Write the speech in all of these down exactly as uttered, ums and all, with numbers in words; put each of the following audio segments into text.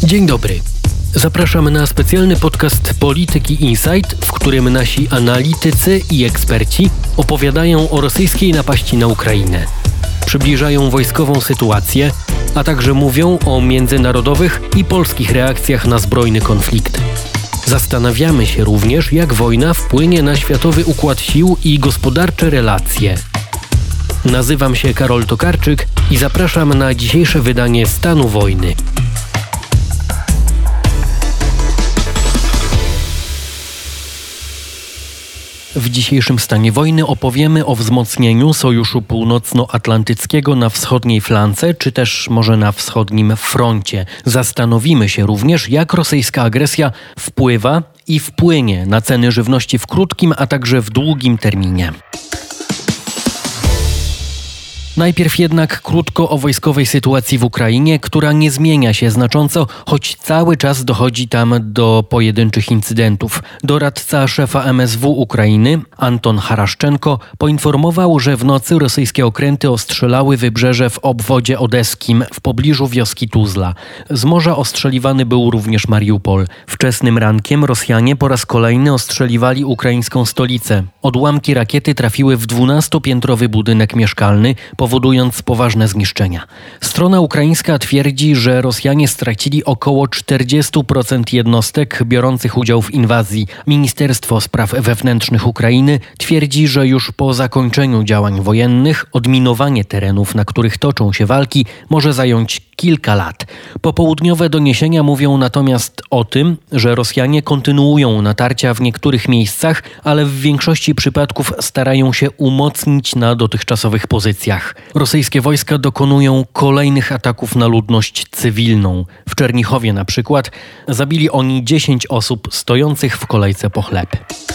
Dzień dobry. Zapraszamy na specjalny podcast Polityki Insight, w którym nasi analitycy i eksperci opowiadają o rosyjskiej napaści na Ukrainę. Przybliżają wojskową sytuację, a także mówią o międzynarodowych i polskich reakcjach na zbrojny konflikt. Zastanawiamy się również, jak wojna wpłynie na światowy układ sił i gospodarcze relacje. Nazywam się Karol Tokarczyk i zapraszam na dzisiejsze wydanie Stanu Wojny. W dzisiejszym stanie wojny opowiemy o wzmocnieniu Sojuszu Północnoatlantyckiego na wschodniej flance, czy też może na wschodnim froncie. Zastanowimy się również, jak rosyjska agresja wpływa i wpłynie na ceny żywności w krótkim, a także w długim terminie. Najpierw jednak krótko o wojskowej sytuacji w Ukrainie, która nie zmienia się znacząco, choć cały czas dochodzi tam do pojedynczych incydentów. Doradca szefa M S W Ukrainy, Anton Haraszczenko, poinformował, że w nocy rosyjskie okręty ostrzelały wybrzeże w obwodzie odeskim w pobliżu wioski Tuzla. Z morza ostrzeliwany był również Mariupol. Wczesnym rankiem Rosjanie po raz kolejny ostrzeliwali ukraińską stolicę. Odłamki rakiety trafiły w dwunastopiętrowy budynek mieszkalny, powodując poważne zniszczenia. Strona ukraińska twierdzi, że Rosjanie stracili około czterdzieści procent jednostek biorących udział w inwazji. Ministerstwo Spraw Wewnętrznych Ukrainy twierdzi, że już po zakończeniu działań wojennych odminowanie terenów, na których toczą się walki, może zająć kilka lat. Popołudniowe doniesienia mówią natomiast o tym, że Rosjanie kontynuują natarcia w niektórych miejscach, ale w większości przypadków starają się umocnić na dotychczasowych pozycjach. Rosyjskie wojska dokonują kolejnych ataków na ludność cywilną. W Czernichowie na przykład zabili oni dziesięć osób stojących w kolejce po chleb.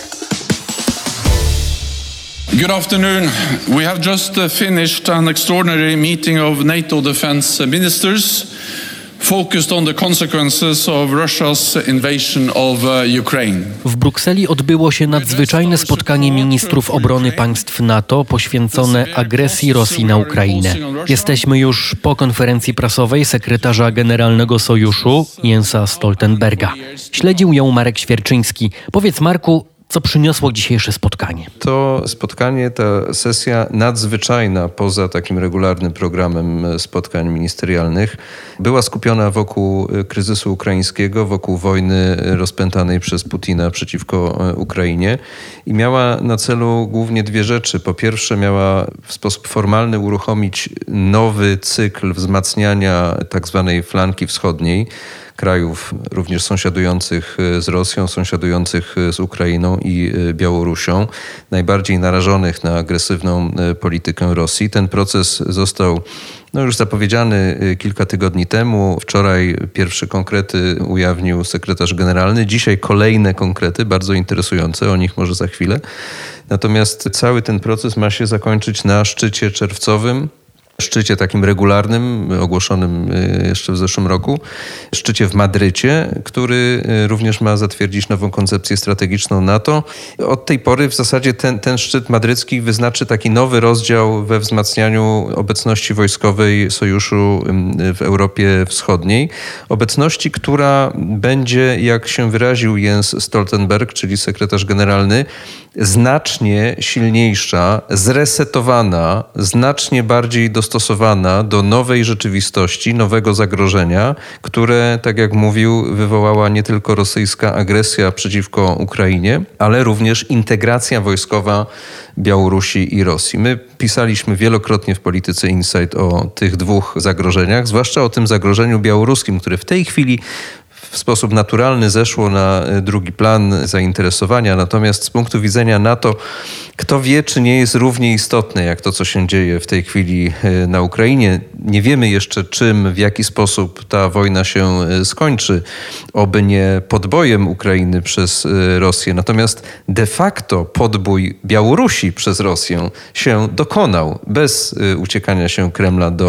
Good afternoon. We have just finished an extraordinary meeting of NATO defense ministers focused on the consequences of Russia's invasion of Ukraine. W Brukseli odbyło się nadzwyczajne spotkanie ministrów obrony państw NATO poświęcone agresji Rosji na Ukrainę. Jesteśmy już po konferencji prasowej sekretarza generalnego Sojuszu Jensa Stoltenberga. Śledził ją Marek Świerczyński. Powiedz, Marku, co przyniosło dzisiejsze spotkanie? To spotkanie, ta sesja nadzwyczajna poza takim regularnym programem spotkań ministerialnych była skupiona wokół kryzysu ukraińskiego, wokół wojny rozpętanej przez Putina przeciwko Ukrainie i miała na celu głównie dwie rzeczy. Po pierwsze, miała w sposób formalny uruchomić nowy cykl wzmacniania tak zwanej flanki wschodniej, krajów również sąsiadujących z Rosją, sąsiadujących z Ukrainą i Białorusią, najbardziej narażonych na agresywną politykę Rosji. Ten proces został no, już zapowiedziany kilka tygodni temu. Wczoraj pierwsze konkrety ujawnił sekretarz generalny. Dzisiaj kolejne konkrety, bardzo interesujące, o nich może za chwilę. Natomiast cały ten proces ma się zakończyć na szczycie czerwcowym, szczycie takim regularnym, ogłoszonym jeszcze w zeszłym roku, szczycie w Madrycie, który również ma zatwierdzić nową koncepcję strategiczną NATO. Od tej pory w zasadzie ten, ten szczyt madrycki wyznaczy taki nowy rozdział we wzmacnianiu obecności wojskowej Sojuszu w Europie Wschodniej. Obecności, która będzie, jak się wyraził Jens Stoltenberg, czyli sekretarz generalny, znacznie silniejsza, zresetowana, znacznie bardziej dostosowana do nowej rzeczywistości, nowego zagrożenia, które, tak jak mówił, wywołała nie tylko rosyjska agresja przeciwko Ukrainie, ale również integracja wojskowa Białorusi i Rosji. My pisaliśmy wielokrotnie w Polityce Insight o tych dwóch zagrożeniach, zwłaszcza o tym zagrożeniu białoruskim, które w tej chwili w sposób naturalny zeszło na drugi plan zainteresowania. Natomiast z punktu widzenia NATO, kto wie, czy nie jest równie istotne jak to, co się dzieje w tej chwili na Ukrainie. Nie wiemy jeszcze, czym, w jaki sposób ta wojna się skończy, oby nie podbojem Ukrainy przez Rosję. Natomiast de facto podbój Białorusi przez Rosję się dokonał bez uciekania się Kremla do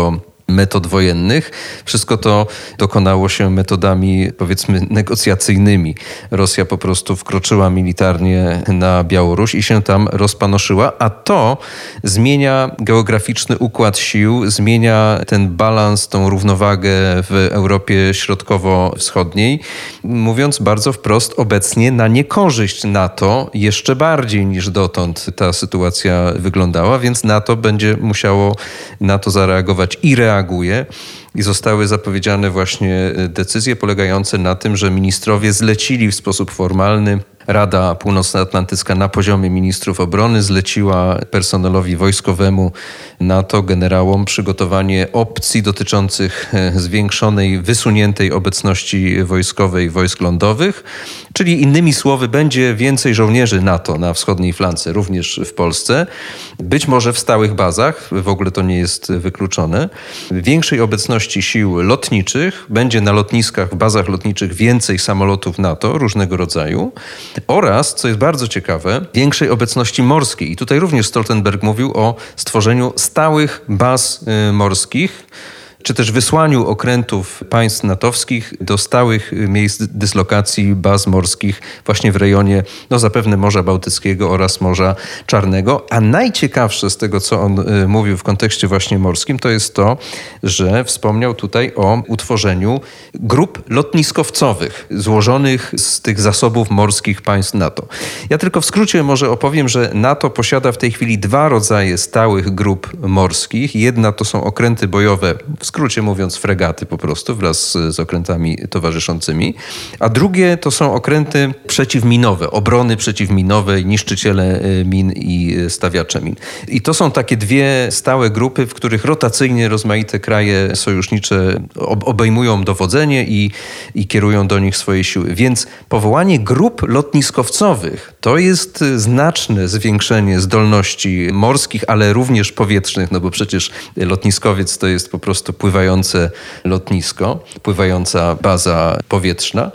metod wojennych. Wszystko to dokonało się metodami, powiedzmy, negocjacyjnymi. Rosja po prostu wkroczyła militarnie na Białoruś i się tam rozpanoszyła, a to zmienia geograficzny układ sił, zmienia ten balans, tą równowagę w Europie Środkowo-Wschodniej, mówiąc bardzo wprost, obecnie na niekorzyść NATO jeszcze bardziej niż dotąd ta sytuacja wyglądała, więc NATO będzie musiało na to zareagować i reaguje. I zostały zapowiedziane właśnie decyzje polegające na tym, że ministrowie zlecili w sposób formalny, Rada Północnoatlantycka na poziomie ministrów obrony zleciła personelowi wojskowemu NATO, generałom, przygotowanie opcji dotyczących zwiększonej, wysuniętej obecności wojskowej wojsk lądowych, czyli innymi słowy będzie więcej żołnierzy NATO na wschodniej flance, również w Polsce, być może w stałych bazach, w ogóle to nie jest wykluczone, większej obecności sił lotniczych, będzie na lotniskach, w bazach lotniczych więcej samolotów NATO różnego rodzaju, oraz, co jest bardzo ciekawe, większej obecności morskiej. I tutaj również Stoltenberg mówił o stworzeniu stałych baz y, morskich, czy też wysłaniu okrętów państw natowskich do stałych miejsc dyslokacji baz morskich właśnie w rejonie, no zapewne Morza Bałtyckiego oraz Morza Czarnego. A najciekawsze z tego, co on y, mówił w kontekście właśnie morskim, to jest to, że wspomniał tutaj o utworzeniu grup lotniskowcowych złożonych z tych zasobów morskich państw NATO. Ja tylko w skrócie może opowiem, że NATO posiada w tej chwili dwa rodzaje stałych grup morskich. Jedna to są okręty bojowe, w skrócie mówiąc fregaty po prostu wraz z okrętami towarzyszącymi, a drugie to są okręty przeciwminowe, obrony przeciwminowej, niszczyciele min i stawiacze min. I to są takie dwie stałe grupy, w których rotacyjnie rozmaite kraje sojusznicze obejmują dowodzenie i, i kierują do nich swoje siły. Więc powołanie grup lotniskowcowych to jest znaczne zwiększenie zdolności morskich, ale również powietrznych, no bo przecież lotniskowiec to jest po prostu pływające lotnisko, pływająca baza powietrzna.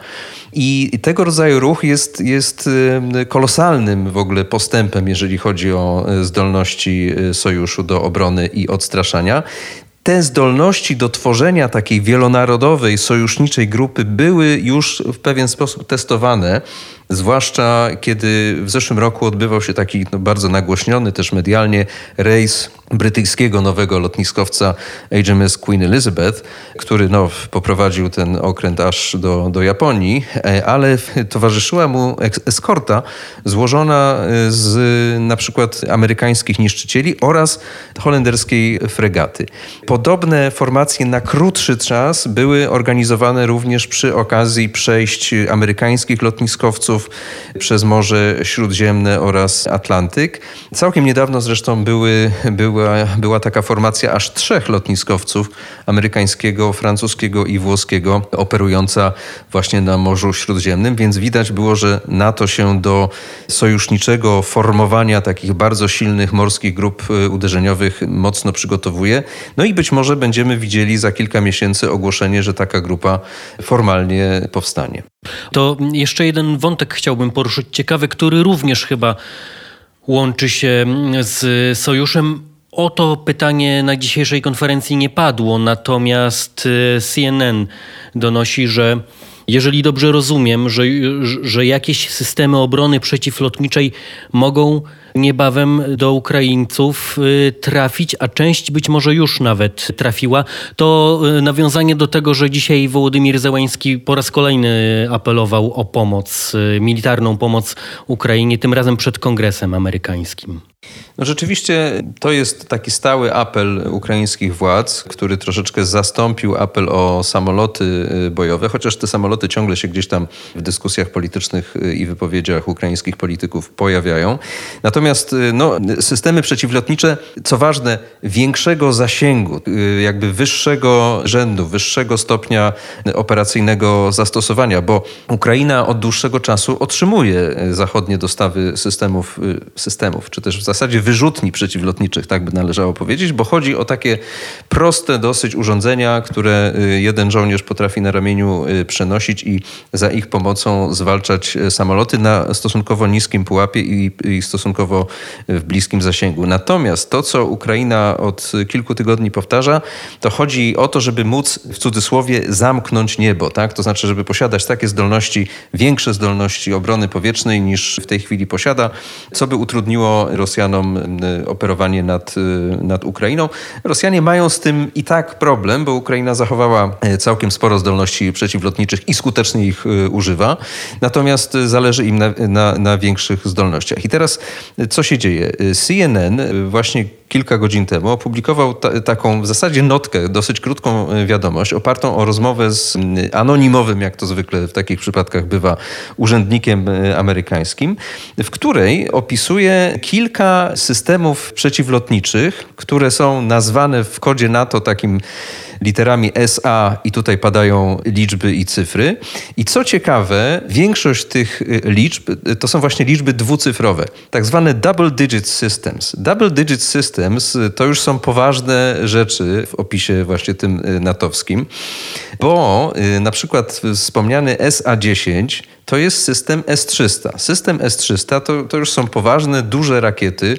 I tego rodzaju ruch jest, jest kolosalnym w ogóle postępem, jeżeli chodzi o zdolności sojuszu do obrony i odstraszania. Te zdolności do tworzenia takiej wielonarodowej, sojuszniczej grupy były już w pewien sposób testowane, zwłaszcza kiedy w zeszłym roku odbywał się taki no, bardzo nagłośniony też medialnie rejs brytyjskiego nowego lotniskowca H M S Queen Elizabeth, który no, poprowadził ten okręt aż do, do Japonii, ale towarzyszyła mu eskorta złożona z na przykład amerykańskich niszczycieli oraz holenderskiej fregaty. Podobne formacje na krótszy czas były organizowane również przy okazji przejść amerykańskich lotniskowców przez Morze Śródziemne oraz Atlantyk. Całkiem niedawno zresztą były, była, była taka formacja aż trzech lotniskowców, amerykańskiego, francuskiego i włoskiego, operująca właśnie na Morzu Śródziemnym, więc widać było, że NATO się do sojuszniczego formowania takich bardzo silnych morskich grup uderzeniowych mocno przygotowuje. No i być może będziemy widzieli za kilka miesięcy ogłoszenie, że taka grupa formalnie powstanie. To jeszcze jeden wątek chciałbym poruszyć, ciekawy, który również chyba łączy się z sojuszem. O to pytanie na dzisiejszej konferencji nie padło, natomiast C N N donosi, że jeżeli dobrze rozumiem, że, że jakieś systemy obrony przeciwlotniczej mogą niebawem do Ukraińców trafić, a część być może już nawet trafiła. To nawiązanie do tego, że dzisiaj Wołodymyr Zełański po raz kolejny apelował o pomoc, militarną pomoc Ukrainie, tym razem przed Kongresem amerykańskim. No rzeczywiście to jest taki stały apel ukraińskich władz, który troszeczkę zastąpił apel o samoloty bojowe, chociaż te samoloty ciągle się gdzieś tam w dyskusjach politycznych i wypowiedziach ukraińskich polityków pojawiają. Natomiast no, systemy przeciwlotnicze, co ważne, większego zasięgu, jakby wyższego rzędu, wyższego stopnia operacyjnego zastosowania, bo Ukraina od dłuższego czasu otrzymuje zachodnie dostawy systemów, systemów czy też w zasadzie wyrzutni przeciwlotniczych, tak by należało powiedzieć, bo chodzi o takie proste dosyć urządzenia, które jeden żołnierz potrafi na ramieniu przenosić i za ich pomocą zwalczać samoloty na stosunkowo niskim pułapie i, i stosunkowo stosunkowo w bliskim zasięgu. Natomiast to, co Ukraina od kilku tygodni powtarza, to chodzi o to, żeby móc w cudzysłowie zamknąć niebo, tak? To znaczy, żeby posiadać takie zdolności, większe zdolności obrony powietrznej niż w tej chwili posiada, co by utrudniło Rosjanom operowanie nad, nad Ukrainą. Rosjanie mają z tym i tak problem, bo Ukraina zachowała całkiem sporo zdolności przeciwlotniczych i skutecznie ich używa. Natomiast zależy im na, na, na większych zdolnościach. I teraz co się dzieje? C N N właśnie kilka godzin temu opublikował ta, taką w zasadzie notkę, dosyć krótką wiadomość, opartą o rozmowę z anonimowym, jak to zwykle w takich przypadkach bywa, urzędnikiem amerykańskim, w której opisuje kilka systemów przeciwlotniczych, które są nazwane w kodzie NATO takim literami S A i tutaj padają liczby i cyfry. I co ciekawe, większość tych liczb to są właśnie liczby dwucyfrowe, tak zwane double digit systems. Double digit systems to już są poważne rzeczy w opisie właśnie tym natowskim, bo na przykład wspomniany S A dziesięć to jest system S trzysta. System S trzysta to, to już są poważne, duże rakiety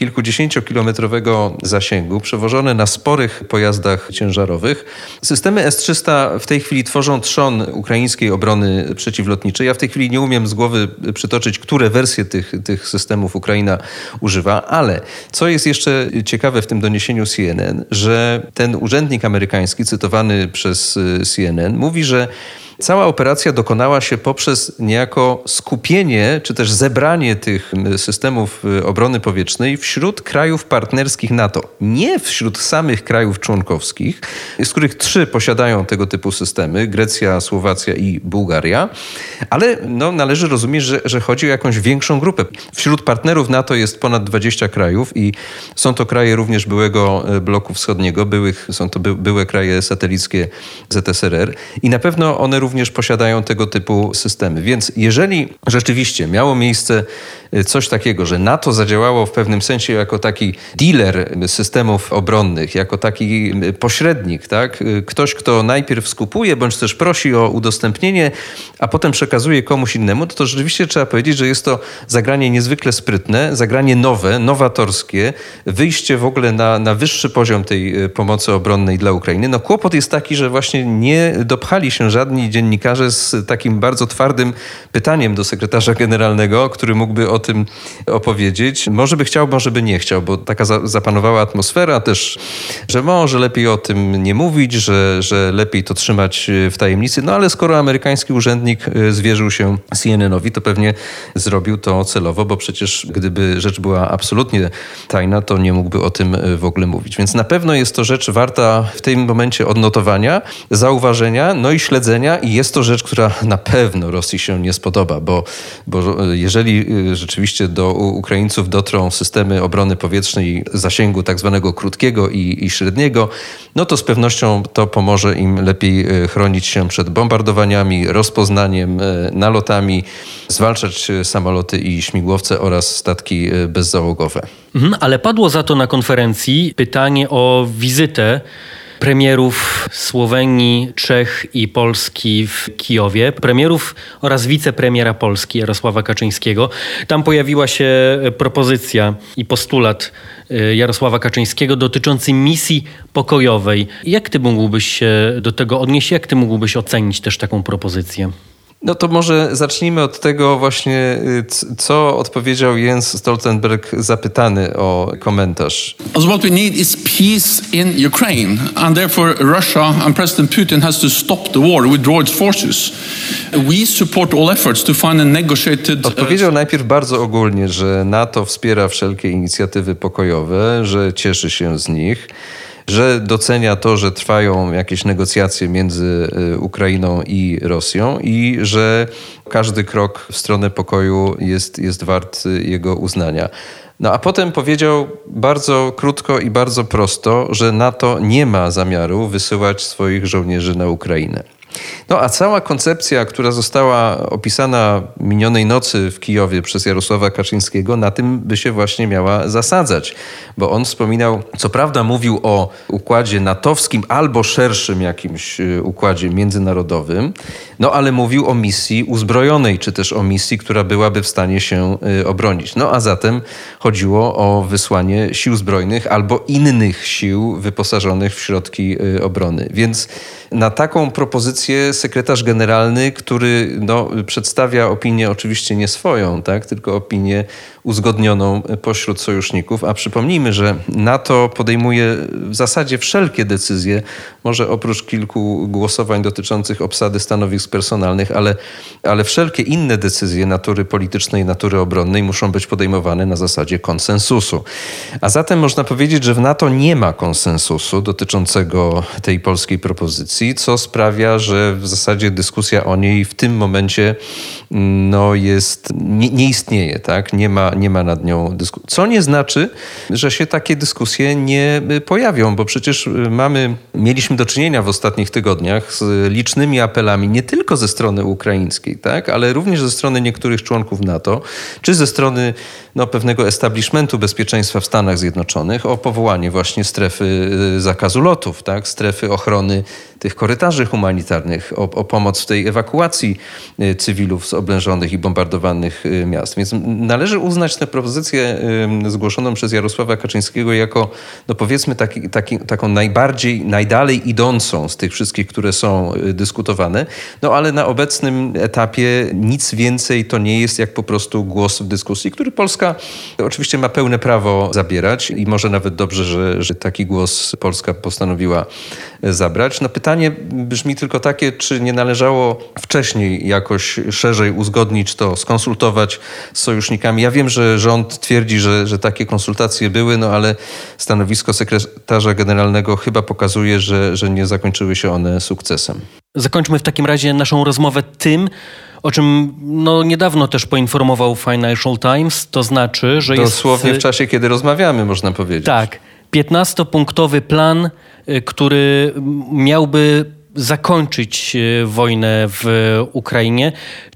kilkudziesięciokilometrowego zasięgu, przewożone na sporych pojazdach ciężarowych. Systemy S trzysta w tej chwili tworzą trzon ukraińskiej obrony przeciwlotniczej. Ja w tej chwili nie umiem z głowy przytoczyć, które wersje tych, tych systemów Ukraina używa, ale co jest jeszcze ciekawe w tym doniesieniu C N N, że ten urzędnik amerykański cytowany przez C N N mówi, że cała operacja dokonała się poprzez niejako skupienie, czy też zebranie tych systemów obrony powietrznej wśród krajów partnerskich NATO. Nie wśród samych krajów członkowskich, z których trzy posiadają tego typu systemy, Grecja, Słowacja i Bułgaria, ale no, należy rozumieć, że, że chodzi o jakąś większą grupę. Wśród partnerów NATO jest ponad dwadzieścia krajów i są to kraje również byłego bloku wschodniego, byłych, są to by, byłe kraje satelickie Z S R R i na pewno one również posiadają tego typu systemy. Więc jeżeli rzeczywiście miało miejsce coś takiego, że NATO zadziałało w pewnym sensie jako taki dealer systemów obronnych, jako taki pośrednik, tak? Ktoś, kto najpierw skupuje, bądź też prosi o udostępnienie, a potem przekazuje komuś innemu, to, to rzeczywiście trzeba powiedzieć, że jest to zagranie niezwykle sprytne, zagranie nowe, nowatorskie, wyjście w ogóle na, na wyższy poziom tej pomocy obronnej dla Ukrainy. No kłopot jest taki, że właśnie nie dopchali się żadni dziennikarze z takim bardzo twardym pytaniem do sekretarza generalnego, który mógłby o tym opowiedzieć. Może by chciał, może by nie chciał, bo taka za, zapanowała atmosfera też, że może lepiej o tym nie mówić, że, że lepiej to trzymać w tajemnicy. No ale skoro amerykański urzędnik zwierzył się C N N-owi, to pewnie zrobił to celowo, bo przecież gdyby rzecz była absolutnie tajna, to nie mógłby o tym w ogóle mówić. Więc na pewno jest to rzecz warta w tym momencie odnotowania, zauważenia, no i śledzenia i jest to rzecz, która na pewno Rosji się nie spodoba, bo, bo jeżeli rzeczywiście do Ukraińców dotrą systemy obrony powietrznej zasięgu tak zwanego krótkiego i, i średniego, no to z pewnością to pomoże im lepiej chronić się przed bombardowaniami, rozpoznaniem, nalotami, zwalczać samoloty i śmigłowce oraz statki bezzałogowe. Mhm, ale padło za to na konferencji pytanie o wizytę premierów Słowenii, Czech i Polski w Kijowie, premierów oraz wicepremiera Polski Jarosława Kaczyńskiego. Tam pojawiła się propozycja i postulat Jarosława Kaczyńskiego dotyczący misji pokojowej. Jak ty mógłbyś się do tego odnieść? Jak ty mógłbyś ocenić też taką propozycję? No to może zacznijmy od tego właśnie, co odpowiedział Jens Stoltenberg zapytany o komentarz. Also what we need is peace in Ukraine and therefore Russia and President Putin has to stop the war, withdraw its forces. We support all efforts to find a negotiated... Odpowiedział najpierw bardzo ogólnie, że NATO wspiera wszelkie inicjatywy pokojowe, że cieszy się z nich, że docenia to, że trwają jakieś negocjacje między Ukrainą i Rosją i że każdy krok w stronę pokoju jest, jest wart jego uznania. No a potem powiedział bardzo krótko i bardzo prosto, że NATO nie ma zamiaru wysyłać swoich żołnierzy na Ukrainę. No a cała koncepcja, która została opisana minionej nocy w Kijowie przez Jarosława Kaczyńskiego, na tym by się właśnie miała zasadzać. Bo on wspominał, co prawda mówił o układzie natowskim albo szerszym jakimś układzie międzynarodowym, no ale mówił o misji uzbrojonej, czy też o misji, która byłaby w stanie się obronić. No a zatem chodziło o wysłanie sił zbrojnych albo innych sił wyposażonych w środki obrony. Więc na taką propozycję sekretarz generalny, który no, przedstawia opinię oczywiście nie swoją, tak, tylko opinię uzgodnioną pośród sojuszników, a przypomnijmy, że NATO podejmuje w zasadzie wszelkie decyzje, może oprócz kilku głosowań dotyczących obsady stanowisk personalnych, ale, ale wszelkie inne decyzje natury politycznej, natury obronnej muszą być podejmowane na zasadzie konsensusu. A zatem można powiedzieć, że w NATO nie ma konsensusu dotyczącego tej polskiej propozycji, co sprawia, że w zasadzie dyskusja o niej w tym momencie no, jest, nie, nie istnieje, tak? Nie ma, nie ma nad nią dyskusji. Co nie znaczy, że się takie dyskusje nie pojawią, bo przecież mamy, mieliśmy do czynienia w ostatnich tygodniach z licznymi apelami nie tylko ze strony ukraińskiej, tak? Ale również ze strony niektórych członków NATO, czy ze strony no, pewnego establishmentu bezpieczeństwa w Stanach Zjednoczonych o powołanie właśnie strefy zakazu lotów, tak? Strefy ochrony tych korytarzy humanitarnych, o, o pomoc w tej ewakuacji cywilów z oblężonych i bombardowanych miast. Więc należy uznać tę propozycję zgłoszoną przez Jarosława Kaczyńskiego jako, no powiedzmy, taki, taki, taką najbardziej, najdalej idącą z tych wszystkich, które są dyskutowane. No ale na obecnym etapie nic więcej to nie jest jak po prostu głos w dyskusji, który Polska oczywiście ma pełne prawo zabierać i może nawet dobrze, że, że taki głos Polska postanowiła zabrać. No pytanie brzmi tylko takie, czy nie należało wcześniej jakoś szerzej uzgodnić to, skonsultować z sojusznikami. Ja wiem, że rząd twierdzi, że, że takie konsultacje były, no ale stanowisko sekretarza generalnego chyba pokazuje, że, że nie zakończyły się one sukcesem. Zakończmy w takim razie naszą rozmowę tym, o czym no, niedawno też poinformował Financial Times, to znaczy, że jest... Dosłownie w czasie, kiedy rozmawiamy, można powiedzieć. Tak. piętnastopunktowy plan, który miałby zakończyć wojnę w Ukrainie.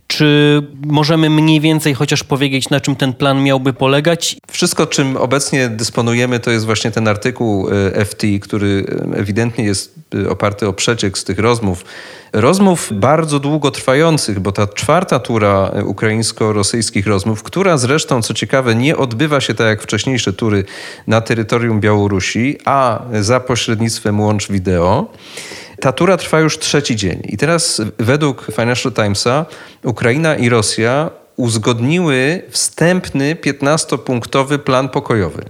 Czy możemy mniej więcej chociaż powiedzieć, na czym ten plan miałby polegać? Wszystko, czym obecnie dysponujemy, to jest właśnie ten artykuł F T, który ewidentnie jest oparty o przeciek z tych rozmów. Rozmów bardzo długo trwających, bo ta czwarta tura ukraińsko-rosyjskich rozmów, która zresztą, co ciekawe, nie odbywa się tak jak wcześniejsze tury na terytorium Białorusi, a za pośrednictwem łącz wideo. Ta tura trwa już trzeci dzień. I teraz według Financial Timesa Ukraina i Rosja uzgodniły wstępny piętnastopunktowy plan pokojowy,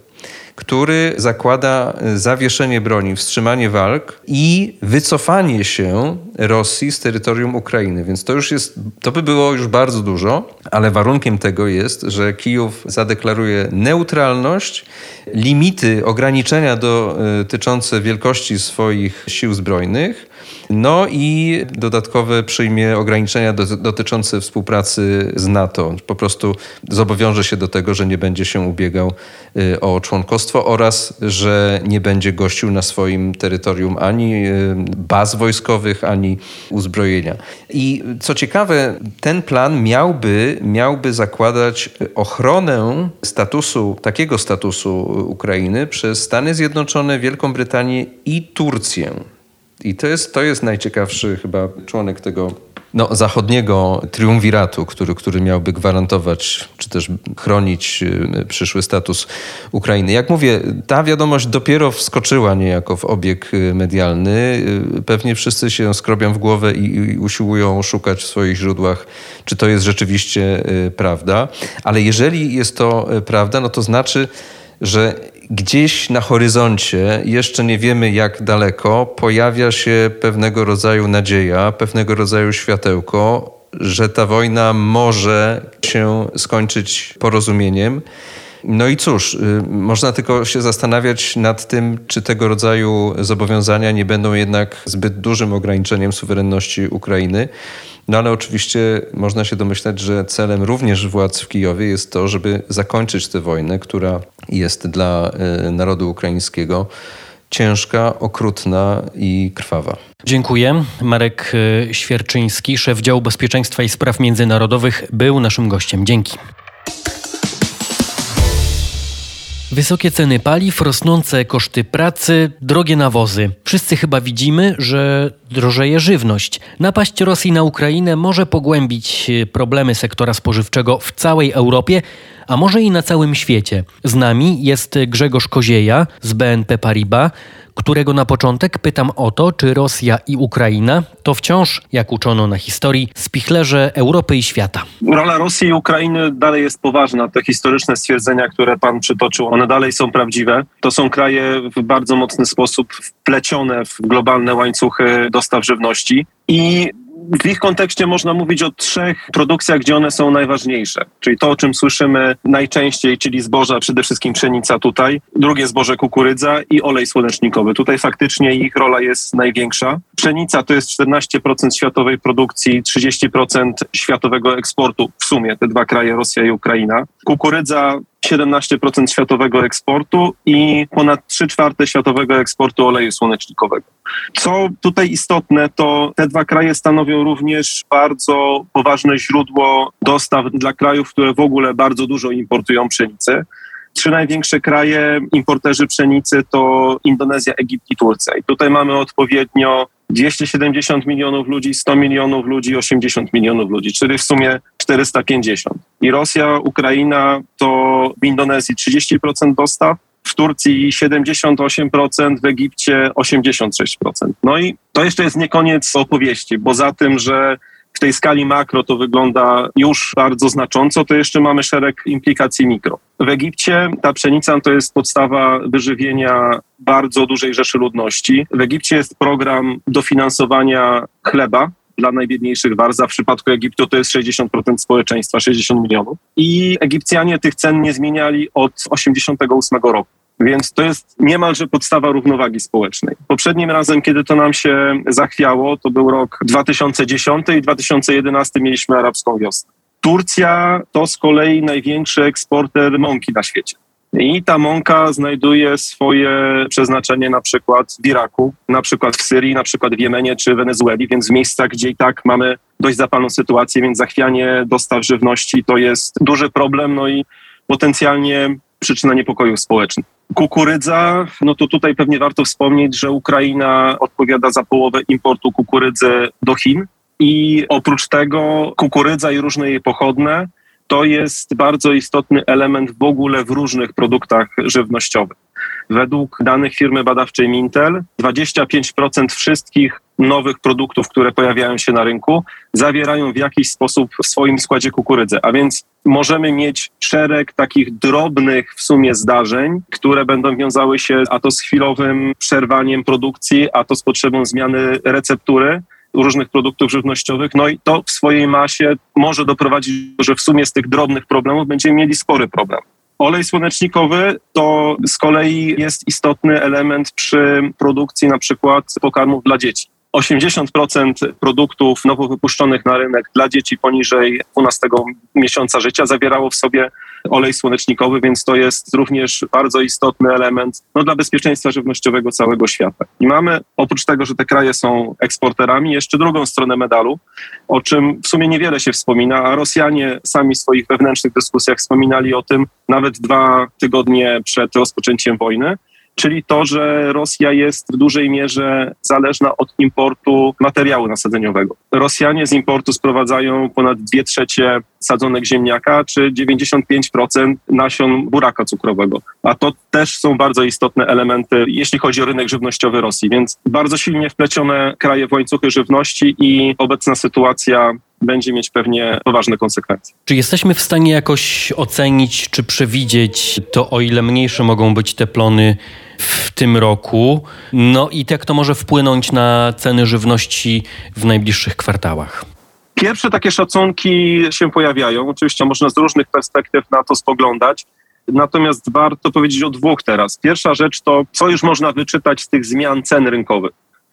który zakłada zawieszenie broni, wstrzymanie walk i wycofanie się Rosji z terytorium Ukrainy. Więc to już jest, to by było już bardzo dużo, ale warunkiem tego jest, że Kijów zadeklaruje neutralność, limity, ograniczenia dotyczące wielkości swoich sił zbrojnych, no i dodatkowe przyjmie ograniczenia do, dotyczące współpracy z NATO. Po prostu zobowiąże się do tego, że nie będzie się ubiegał y, o członkostwo oraz, że nie będzie gościł na swoim terytorium ani y, baz wojskowych, ani uzbrojenia. I co ciekawe, ten plan miałby, miałby zakładać ochronę statusu, takiego statusu Ukrainy przez Stany Zjednoczone, Wielką Brytanię i Turcję. I to jest, to jest najciekawszy chyba członek tego no, zachodniego triumviratu, który, który miałby gwarantować czy też chronić przyszły status Ukrainy. Jak mówię, ta wiadomość dopiero wskoczyła niejako w obieg medialny. Pewnie wszyscy się skrobią w głowę i, i usiłują szukać w swoich źródłach, czy to jest rzeczywiście prawda. Ale jeżeli jest to prawda, no to znaczy, że gdzieś na horyzoncie, jeszcze nie wiemy jak daleko, pojawia się pewnego rodzaju nadzieja, pewnego rodzaju światełko, że ta wojna może się skończyć porozumieniem. No i cóż, można tylko się zastanawiać nad tym, czy tego rodzaju zobowiązania nie będą jednak zbyt dużym ograniczeniem suwerenności Ukrainy. No ale oczywiście można się domyślać, że celem również władz w Kijowie jest to, żeby zakończyć tę wojnę, która jest dla narodu ukraińskiego ciężka, okrutna i krwawa. Dziękuję. Marek Świerczyński, szef działu bezpieczeństwa i spraw międzynarodowych, był naszym gościem. Dzięki. Wysokie ceny paliw, rosnące koszty pracy, drogie nawozy. Wszyscy chyba widzimy, że drożeje żywność. Napaść Rosji na Ukrainę może pogłębić problemy sektora spożywczego w całej Europie, a może i na całym świecie. Z nami jest Grzegorz Kozieja z B N P Paribas, którego na początek pytam o to, czy Rosja i Ukraina to wciąż, jak uczono na historii, spichlerze Europy i świata. Rola Rosji i Ukrainy dalej jest poważna. Te historyczne stwierdzenia, które pan przytoczył, one dalej są prawdziwe. To są kraje w bardzo mocny sposób wplecione w globalne łańcuchy dostaw żywności i w ich kontekście można mówić o trzech produkcjach, gdzie one są najważniejsze. Czyli to, o czym słyszymy najczęściej, czyli zboża, przede wszystkim pszenica tutaj, drugie zboże kukurydza i olej słonecznikowy. Tutaj faktycznie ich rola jest największa. Pszenica to jest czternaście procent światowej produkcji, trzydzieści procent światowego eksportu w sumie, te dwa kraje, Rosja i Ukraina. Kukurydza siedemnaście procent światowego eksportu i ponad trzy czwarte światowego eksportu oleju słonecznikowego. Co tutaj istotne, to te dwa kraje stanowią również bardzo poważne źródło dostaw dla krajów, które w ogóle bardzo dużo importują pszenicy. Trzy największe kraje importerzy pszenicy to Indonezja, Egipt i Turcja. I tutaj mamy odpowiednio dwieście siedemdziesiąt milionów ludzi, sto milionów ludzi, osiemdziesiąt milionów ludzi, czyli w sumie czterysta pięćdziesiąt. I Rosja, Ukraina to w Indonezji trzydzieści procent dostaw, w Turcji siedemdziesiąt osiem procent, w Egipcie osiemdziesiąt sześć procent. No i to jeszcze jest nie koniec opowieści, bo za tym, że w tej skali makro to wygląda już bardzo znacząco, to jeszcze mamy szereg implikacji mikro. W Egipcie ta pszenica to jest podstawa wyżywienia bardzo dużej rzeszy ludności. W Egipcie jest program dofinansowania chleba dla najbiedniejszych warstw. W przypadku Egiptu to jest sześćdziesiąt procent społeczeństwa, sześćdziesiąt milionów. I Egipcjanie tych cen nie zmieniali od osiemdziesiątego ósmego roku. Więc to jest niemalże podstawa równowagi społecznej. Poprzednim razem, kiedy to nam się zachwiało, to był rok dwa tysiące dziesiąty i dwa tysiące jedenasty mieliśmy arabską wiosnę. Turcja to z kolei największy eksporter mąki na świecie. I ta mąka znajduje swoje przeznaczenie na przykład w Iraku, na przykład w Syrii, na przykład w Jemenie czy Wenezueli, więc w miejscach, gdzie i tak mamy dość zapalną sytuację, więc zachwianie dostaw żywności to jest duży problem, no i potencjalnie przyczyna niepokojów społecznych. Kukurydza, no to tutaj pewnie warto wspomnieć, że Ukraina odpowiada za połowę importu kukurydzy do Chin i oprócz tego kukurydza i różne jej pochodne to jest bardzo istotny element w ogóle w różnych produktach żywnościowych. Według danych firmy badawczej Mintel dwadzieścia pięć procent wszystkich nowych produktów, które pojawiają się na rynku, zawierają w jakiś sposób w swoim składzie kukurydzę. A więc możemy mieć szereg takich drobnych w sumie zdarzeń, które będą wiązały się a to z chwilowym przerwaniem produkcji, a to z potrzebą zmiany receptury różnych produktów żywnościowych. No i to w swojej masie może doprowadzić, że w sumie z tych drobnych problemów będziemy mieli spory problem. Olej słonecznikowy to z kolei jest istotny element przy produkcji na przykład pokarmów dla dzieci. osiemdziesiąt procent produktów nowo wypuszczonych na rynek dla dzieci poniżej dwunastego miesiąca życia zawierało w sobie olej słonecznikowy, więc to jest również bardzo istotny element no, dla bezpieczeństwa żywnościowego całego świata. I mamy, oprócz tego, że te kraje są eksporterami, jeszcze drugą stronę medalu, o czym w sumie niewiele się wspomina, a Rosjanie sami w swoich wewnętrznych dyskusjach wspominali o tym nawet dwa tygodnie przed rozpoczęciem wojny, czyli to, że Rosja jest w dużej mierze zależna od importu materiału nasadzeniowego. Rosjanie z importu sprowadzają ponad dwie trzecie sadzonek ziemniaka, czy dziewięćdziesiąt pięć procent nasion buraka cukrowego. A to też są bardzo istotne elementy, jeśli chodzi o rynek żywnościowy Rosji. Więc bardzo silnie wplecione kraje w łańcuchy żywności i obecna sytuacja będzie mieć pewnie poważne konsekwencje. Czy jesteśmy w stanie jakoś ocenić, czy przewidzieć to, o ile mniejsze mogą być te plony w tym roku? No i jak to może wpłynąć na ceny żywności w najbliższych kwartałach? Pierwsze takie szacunki się pojawiają. Oczywiście można z różnych perspektyw na to spoglądać. Natomiast warto powiedzieć o dwóch teraz. Pierwsza rzecz to, co już można wyczytać z tych zmian cen rynkowych.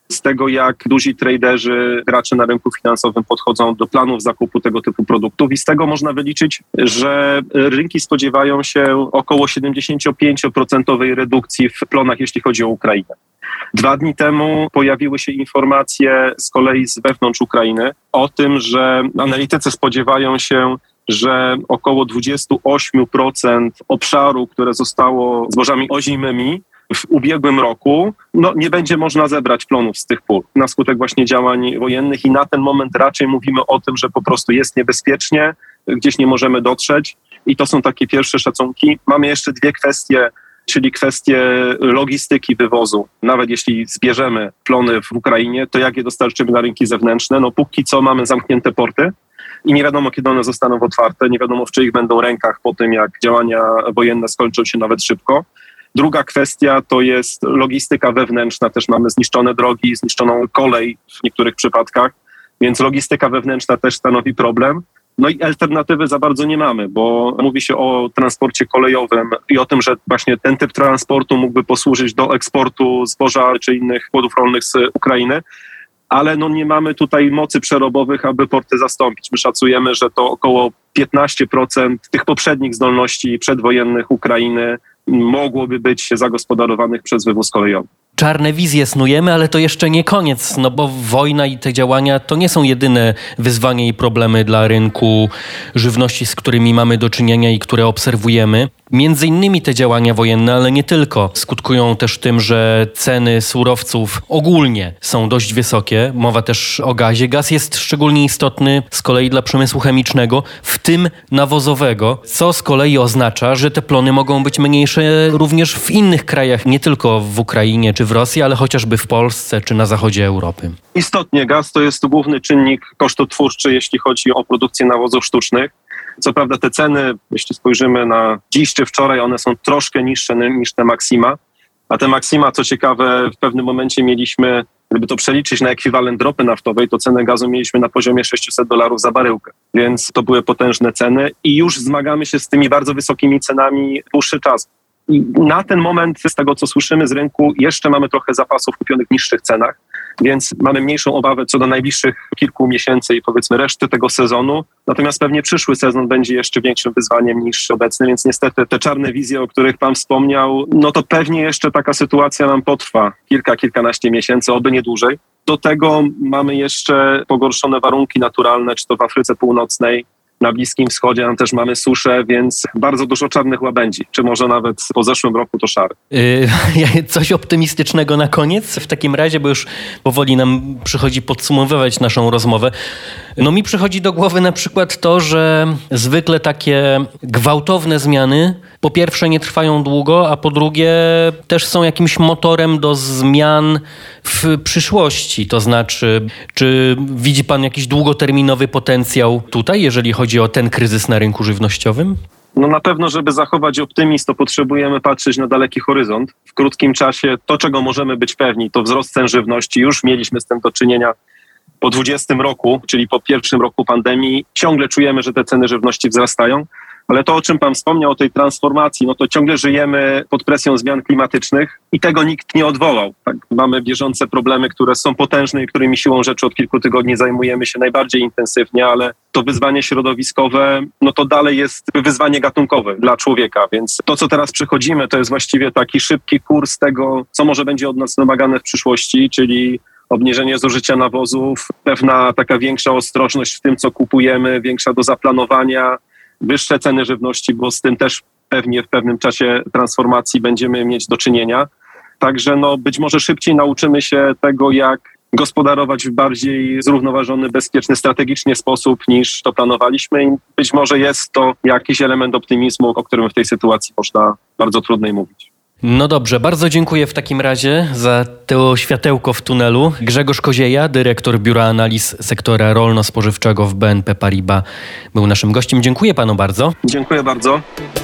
z tego, jak duzi traderzy, gracze na rynku finansowym podchodzą do planów zakupu tego typu produktów i z tego można wyliczyć, że rynki spodziewają się około siedemdziesiąt pięć procent redukcji w plonach, jeśli chodzi o Ukrainę. Dwa dni temu pojawiły się informacje z kolei z wewnątrz Ukrainy o tym, że analitycy spodziewają się, że około dwadzieścia osiem procent obszaru, które zostało zbożami ozimymi w ubiegłym roku, no nie będzie można zebrać plonów z tych pól na skutek właśnie działań wojennych i na ten moment raczej mówimy o tym, że po prostu jest niebezpiecznie, gdzieś nie możemy dotrzeć i to są takie pierwsze szacunki. Mamy jeszcze dwie kwestie, czyli kwestie logistyki wywozu. Nawet jeśli zbierzemy plony w Ukrainie, to jak je dostarczymy na rynki zewnętrzne? No póki co mamy zamknięte porty i nie wiadomo, kiedy one zostaną otwarte, nie wiadomo, w czyich będą rękach po tym, jak działania wojenne skończą się nawet szybko. Druga kwestia to jest logistyka wewnętrzna. Też mamy zniszczone drogi, zniszczoną kolej w niektórych przypadkach, więc logistyka wewnętrzna też stanowi problem. No i alternatywy za bardzo nie mamy, bo mówi się o transporcie kolejowym i o tym, że właśnie ten typ transportu mógłby posłużyć do eksportu zboża czy innych płodów rolnych z Ukrainy, ale no nie mamy tutaj mocy przerobowych, aby porty zastąpić. My szacujemy, że to około piętnaście procent tych poprzednich zdolności przedwojennych Ukrainy mogłoby być zagospodarowanych przez wywóz kolejowy. Czarne wizje snujemy, ale to jeszcze nie koniec, no bo wojna i te działania to nie są jedyne wyzwania i problemy dla rynku żywności, z którymi mamy do czynienia i które obserwujemy. Między innymi te działania wojenne, ale nie tylko, skutkują też tym, że ceny surowców ogólnie są dość wysokie. Mowa też o gazie. Gaz jest szczególnie istotny z kolei dla przemysłu chemicznego, w tym nawozowego, co z kolei oznacza, że te plony mogą być mniejsze również w innych krajach, nie tylko w Ukrainie czy w Rosji, ale chociażby w Polsce czy na zachodzie Europy. Istotnie gaz to jest główny czynnik kosztotwórczy, jeśli chodzi o produkcję nawozów sztucznych. Co prawda te ceny, jeśli spojrzymy na dziś czy wczoraj, one są troszkę niższe niż te maksima, a te maksima, co ciekawe, w pewnym momencie mieliśmy, gdyby to przeliczyć na ekwiwalent ropy naftowej, to cenę gazu mieliśmy na poziomie sześćset dolarów za baryłkę, więc to były potężne ceny i już zmagamy się z tymi bardzo wysokimi cenami dłuższy czas. I na ten moment, z tego co słyszymy z rynku, jeszcze mamy trochę zapasów kupionych w niższych cenach, więc mamy mniejszą obawę co do najbliższych kilku miesięcy i powiedzmy reszty tego sezonu. Natomiast pewnie przyszły sezon będzie jeszcze większym wyzwaniem niż obecny, więc niestety te czarne wizje, o których pan wspomniał, no to pewnie jeszcze taka sytuacja nam potrwa kilka, kilkanaście miesięcy, oby nie dłużej. Do tego mamy jeszcze pogorszone warunki naturalne, czy to w Afryce Północnej, na Bliskim Wschodzie, tam też mamy suszę, więc bardzo dużo czarnych łabędzi, czy może nawet po zeszłym roku to szary. Yy, coś optymistycznego na koniec w takim razie, bo już powoli nam przychodzi podsumowywać naszą rozmowę. No mi przychodzi do głowy na przykład to, że zwykle takie gwałtowne zmiany po pierwsze nie trwają długo, a po drugie też są jakimś motorem do zmian w przyszłości. To znaczy, czy widzi pan jakiś długoterminowy potencjał tutaj, jeżeli chodzi o ten kryzys na rynku żywnościowym? No na pewno, żeby zachować optymizm, to potrzebujemy patrzeć na daleki horyzont. W krótkim czasie to, czego możemy być pewni, to wzrost cen żywności. Już mieliśmy z tym do czynienia po dwudziestym roku, czyli po pierwszym roku pandemii. Ciągle czujemy, że te ceny żywności wzrastają. Ale to, o czym pan wspomniał, o tej transformacji, no to ciągle żyjemy pod presją zmian klimatycznych i tego nikt nie odwołał. Tak? Mamy bieżące problemy, które są potężne i którymi siłą rzeczy od kilku tygodni zajmujemy się najbardziej intensywnie, ale to wyzwanie środowiskowe, no to dalej jest wyzwanie gatunkowe dla człowieka, więc to, co teraz przechodzimy, to jest właściwie taki szybki kurs tego, co może będzie od nas wymagane w przyszłości, czyli obniżenie zużycia nawozów, pewna taka większa ostrożność w tym, co kupujemy, większa doza planowania, wyższe ceny żywności, bo z tym też pewnie w pewnym czasie transformacji będziemy mieć do czynienia. Także no, być może szybciej nauczymy się tego, jak gospodarować w bardziej zrównoważony, bezpieczny, strategicznie sposób niż to planowaliśmy i być może jest to jakiś element optymizmu, o którym w tej sytuacji można bardzo trudniej mówić. No dobrze, bardzo dziękuję w takim razie za to światełko w tunelu. Grzegorz Kozieja, dyrektor Biura Analiz Sektora Rolno-Spożywczego w B N P Paribas, był naszym gościem. Dziękuję panu bardzo. Dziękuję bardzo.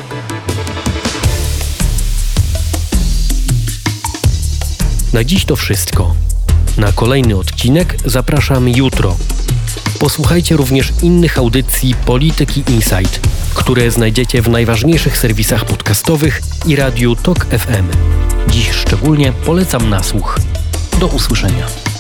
Na dziś to wszystko. Na kolejny odcinek zapraszam jutro. Posłuchajcie również innych audycji Polityki Insight, które znajdziecie w najważniejszych serwisach podcastowych i radiu Tok F M. Dziś szczególnie polecam na słuch. Do usłyszenia.